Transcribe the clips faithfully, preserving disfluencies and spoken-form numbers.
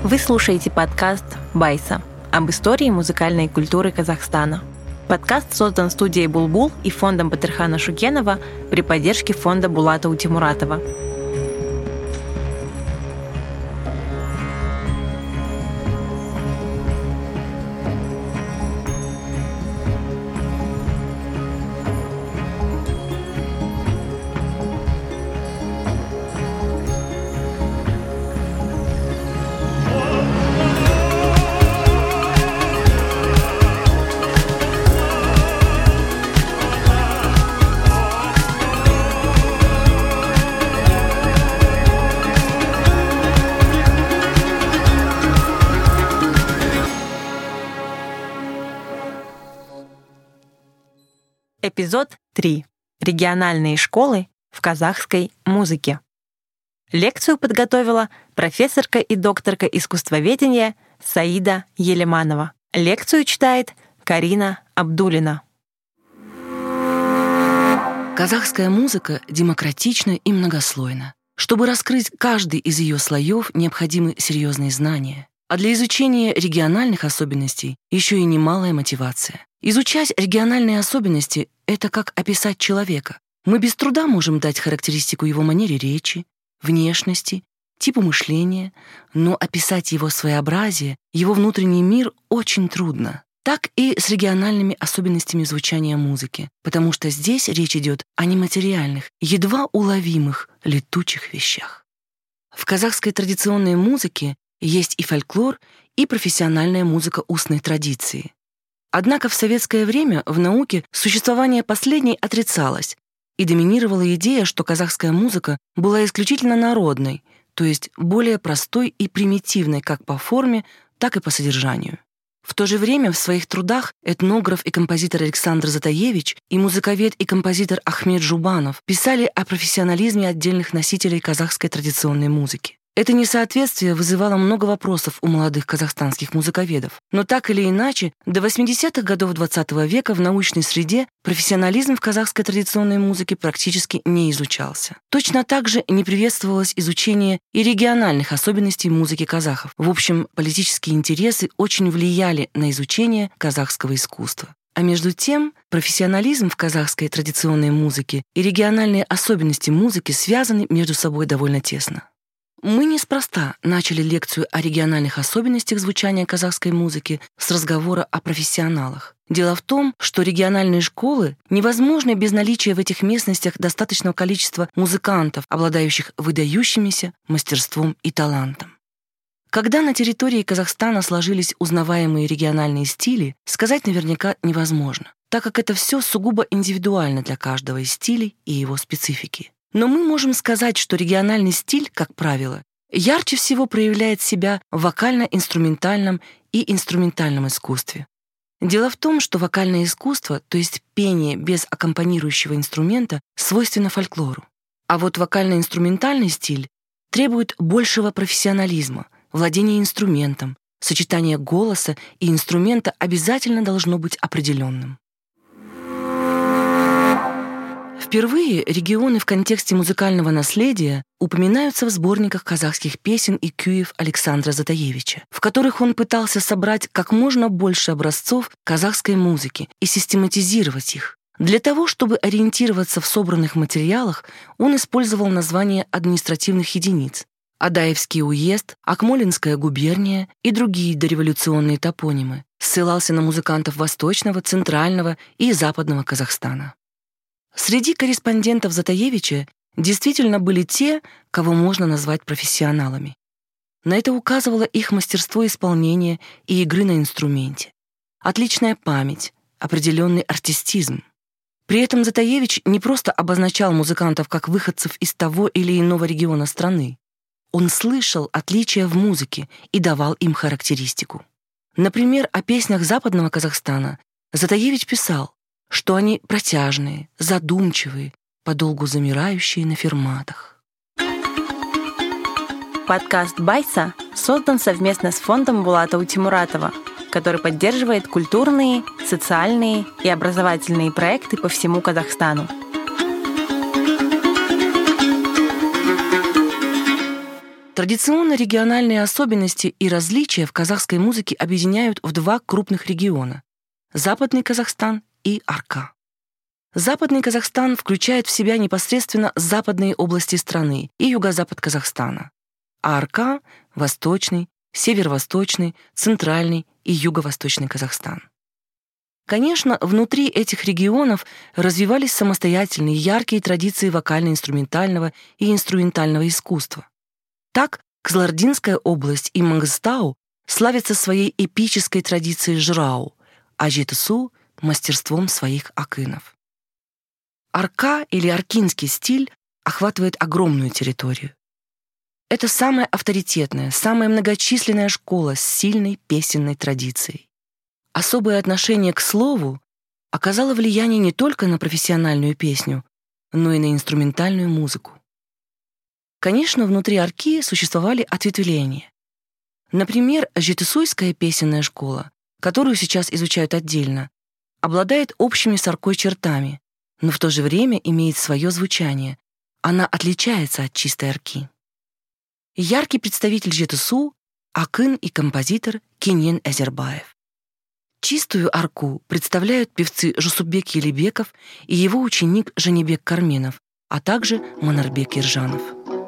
Вы слушаете подкаст «Байса» об истории музыкальной культуры Казахстана. Подкаст создан студией «Булбул» и фондом Батырхана Шукенова при поддержке фонда Булата Утемуратова. Эпизод три. Региональные школы в казахской музыке. Лекцию подготовила профессорка и докторка искусствоведения Саида Елеманова. Лекцию читает Карина Абдулина. Казахская музыка демократична и многослойна. Чтобы раскрыть каждый из ее слоев, необходимы серьезные знания. А для изучения региональных особенностей еще и немалая мотивация. Изучать региональные особенности — это как описать человека. Мы без труда можем дать характеристику его манере речи, внешности, типу мышления, но описать его своеобразие, его внутренний мир очень трудно. Так и с региональными особенностями звучания музыки, потому что здесь речь идет о нематериальных, едва уловимых, летучих вещах. В казахской традиционной музыке есть и фольклор, и профессиональная музыка устной традиции. Однако в советское время в науке существование последней отрицалось, и доминировала идея, что казахская музыка была исключительно народной, то есть более простой и примитивной как по форме, так и по содержанию. В то же время в своих трудах этнограф и композитор Александр Затаевич и музыковед и композитор Ахмед Жубанов писали о профессионализме отдельных носителей казахской традиционной музыки. Это несоответствие вызывало много вопросов у молодых казахстанских музыковедов. Но так или иначе, до восьмидесятых годов двадцатого века в научной среде профессионализм в казахской традиционной музыке практически не изучался. Точно так же не приветствовалось изучение и региональных особенностей музыки казахов. В общем, политические интересы очень влияли на изучение казахского искусства. А между тем, профессионализм в казахской традиционной музыке и региональные особенности музыки связаны между собой довольно тесно. Мы неспроста начали лекцию о региональных особенностях звучания казахской музыки с разговора о профессионалах. Дело в том, что региональные школы невозможны без наличия в этих местностях достаточного количества музыкантов, обладающих выдающимися мастерством и талантом. Когда на территории Казахстана сложились узнаваемые региональные стили, сказать наверняка невозможно, так как это все сугубо индивидуально для каждого из стилей и его специфики. Но мы можем сказать, что региональный стиль, как правило, ярче всего проявляет себя в вокально-инструментальном и инструментальном искусстве. Дело в том, что вокальное искусство, то есть пение без аккомпанирующего инструмента, свойственно фольклору. А вот вокально-инструментальный стиль требует большего профессионализма, владения инструментом, сочетание голоса и инструмента обязательно должно быть определенным. Впервые регионы в контексте музыкального наследия упоминаются в сборниках казахских песен и кюев Александра Затаевича, в которых он пытался собрать как можно больше образцов казахской музыки и систематизировать их. Для того, чтобы ориентироваться в собранных материалах, он использовал названия административных единиц: Адаевский уезд, Акмолинская губерния и другие дореволюционные топонимы, ссылался на музыкантов Восточного, Центрального и Западного Казахстана. Среди корреспондентов Затаевича действительно были те, кого можно назвать профессионалами. На это указывало их мастерство исполнения и игры на инструменте, отличная память, определенный артистизм. При этом Затаевич не просто обозначал музыкантов как выходцев из того или иного региона страны. Он слышал отличия в музыке и давал им характеристику. Например, о песнях Западного Казахстана Затаевич писал, что они протяжные, задумчивые, подолгу замирающие на ферматах. Подкаст «Байса» создан совместно с фондом Булата Утемуратова, который поддерживает культурные, социальные и образовательные проекты по всему Казахстану. Традиционно региональные особенности и различия в казахской музыке объединяют в два крупных региона – Западный Казахстан и Арка. Западный Казахстан включает в себя непосредственно западные области страны и юго-запад Казахстана, а Арка – Восточный, Северо-Восточный, Центральный и Юго-Восточный Казахстан. Конечно, внутри этих регионов развивались самостоятельные яркие традиции вокально-инструментального и инструментального искусства. Так, Кызылординская область и Мангыстау славятся своей эпической традицией жырау, а Жетысу – мастерством своих акынов. Арка или аркинский стиль охватывает огромную территорию. Это самая авторитетная, самая многочисленная школа с сильной песенной традицией. Особое отношение к слову оказало влияние не только на профессиональную песню, но и на инструментальную музыку. Конечно, внутри Арки существовали ответвления. Например, Жетысуйская песенная школа, которую сейчас изучают отдельно, обладает общими с Аркой чертами, но в то же время имеет свое звучание. Она отличается от чистой Арки. Яркий представитель Жетысу — акын и композитор Кенен Азербаев. Чистую Арку представляют певцы Жусупбек Елебеков и его ученик Жанибек Карменов, а также Манарбек Ержанов.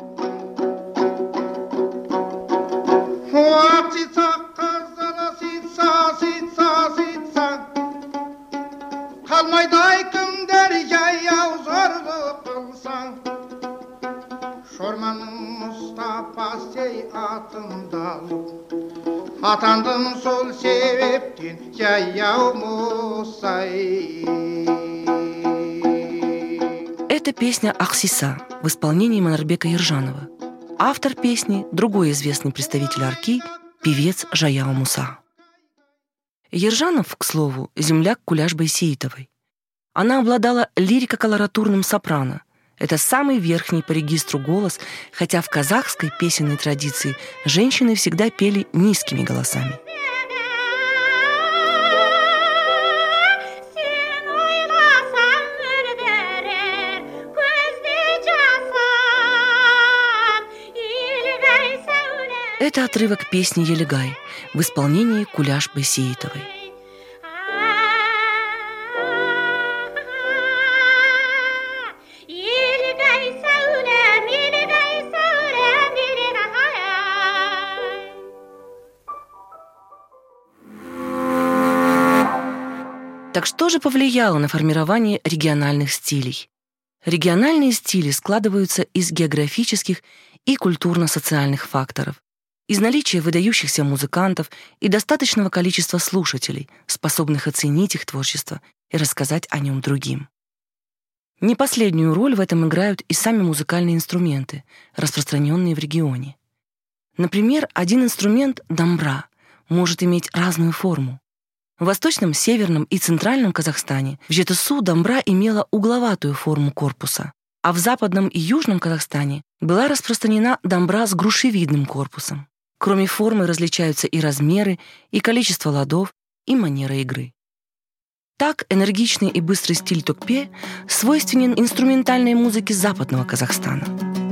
Атандым сол себептен жаяу Мусай. Это песня «Ахсиса» в исполнении Манарбека Ержанова. Автор песни — другой известный представитель Арки, певец Жаяу Муса. Ержанов, к слову, земляк Куляш Байсеитовой. Она обладала лирико-колоратурным сопрано. Это самый верхний по регистру голос, хотя в казахской песенной традиции женщины всегда пели низкими голосами. Это отрывок песни «Елегай» в исполнении Куляш Байсеитовой. Так что же повлияло на формирование региональных стилей? Региональные стили складываются из географических и культурно-социальных факторов, из наличия выдающихся музыкантов и достаточного количества слушателей, способных оценить их творчество и рассказать о нем другим. Не последнюю роль в этом играют и сами музыкальные инструменты, распространенные в регионе. Например, один инструмент — дамбра — может иметь разную форму. В Восточном, Северном и Центральном Казахстане в Жетысу дамбра имела угловатую форму корпуса, а в Западном и Южном Казахстане была распространена дамбра с грушевидным корпусом. Кроме формы различаются и размеры, и количество ладов, и манера игры. Так, энергичный и быстрый стиль токпе свойственен инструментальной музыке Западного Казахстана.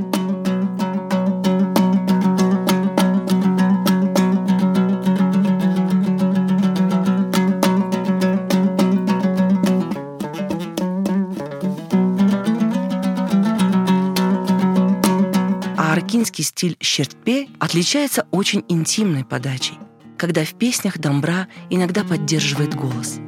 Аркинский стиль щертпе отличается очень интимной подачей, когда в песнях дамбра иногда поддерживает голос.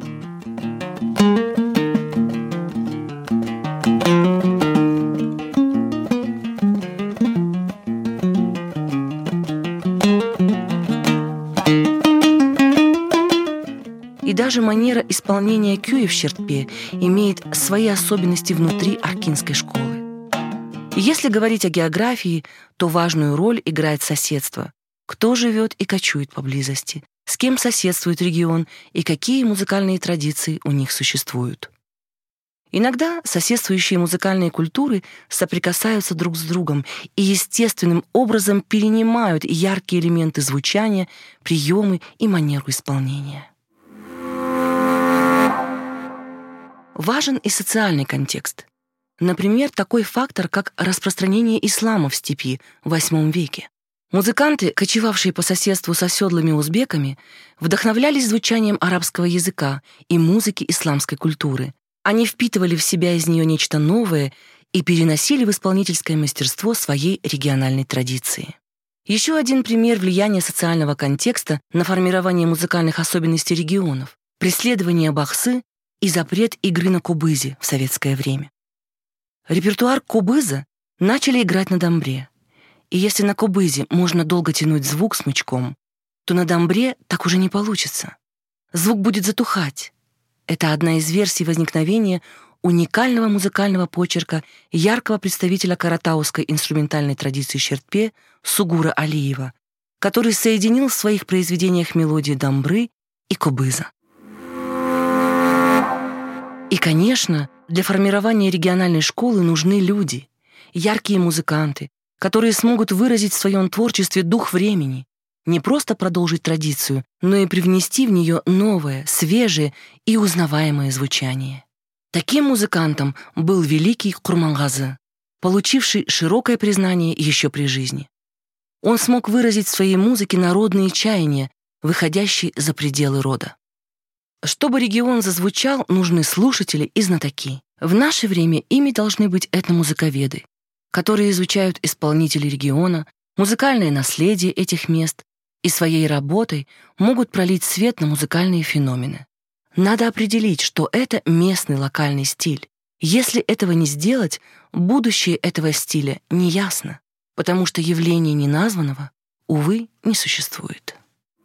И даже манера исполнения кюи в щертпе имеет свои особенности внутри аркинской школы. Если говорить о географии, то важную роль играет соседство. Кто живет и кочует поблизости, с кем соседствует регион и какие музыкальные традиции у них существуют. Иногда соседствующие музыкальные культуры соприкасаются друг с другом и естественным образом перенимают яркие элементы звучания, приемы и манеру исполнения. Важен и социальный контекст. Например, такой фактор, как распространение ислама в степи в восьмом веке. Музыканты, кочевавшие по соседству с оседлыми узбеками, вдохновлялись звучанием арабского языка и музыки исламской культуры. Они впитывали в себя из нее нечто новое и переносили в исполнительское мастерство своей региональной традиции. Еще один пример влияния социального контекста на формирование музыкальных особенностей регионов — преследование бахсы и запрет игры на кубызе в советское время. Репертуар кубыза начали играть на домбре. И если на кубызе можно долго тянуть звук смычком, то на домбре так уже не получится. Звук будет затухать. Это одна из версий возникновения уникального музыкального почерка яркого представителя каратауской инструментальной традиции шертпе Сугура Алиева, который соединил в своих произведениях мелодии домбры и кубыза. И, конечно, для формирования региональной школы нужны люди, яркие музыканты, которые смогут выразить в своем творчестве дух времени, не просто продолжить традицию, но и привнести в нее новое, свежее и узнаваемое звучание. Таким музыкантом был великий Курмангазы, получивший широкое признание еще при жизни. Он смог выразить в своей музыке народные чаяния, выходящие за пределы рода. Чтобы регион зазвучал, нужны слушатели и знатоки. В наше время ими должны быть этномузыковеды, которые изучают исполнителей региона, музыкальное наследие этих мест и своей работой могут пролить свет на музыкальные феномены. Надо определить, что это местный локальный стиль. Если этого не сделать, будущее этого стиля неясно, потому что явление неназванного, увы, не существует.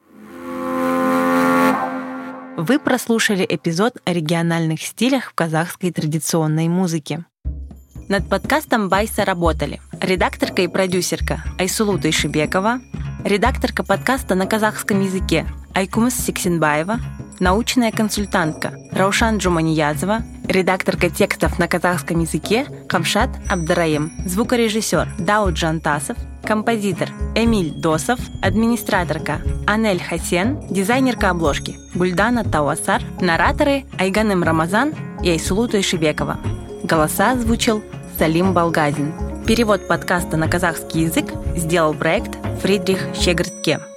Вы прослушали эпизод о региональных стилях в казахской традиционной музыке. Над подкастом Байса работали редакторка и продюсерка Айсулу Тайшибекова, редакторка подкаста на казахском языке Айкумыс Сиксенбаева, научная консультантка Раушан Джуманиязова, редакторка текстов на казахском языке Камшат Абдараим, звукорежиссер Дауд Жантасов, композитор Эмиль Досов, администраторка Анель Хасен, дизайнерка обложки Гульдана Тауасар, нараторы Айганым Рамазан и Айсулу Тайшибекова. Голоса озвучил Салим Балгазин. Перевод подкаста на казахский язык сделал проект Фридрих Щегртке.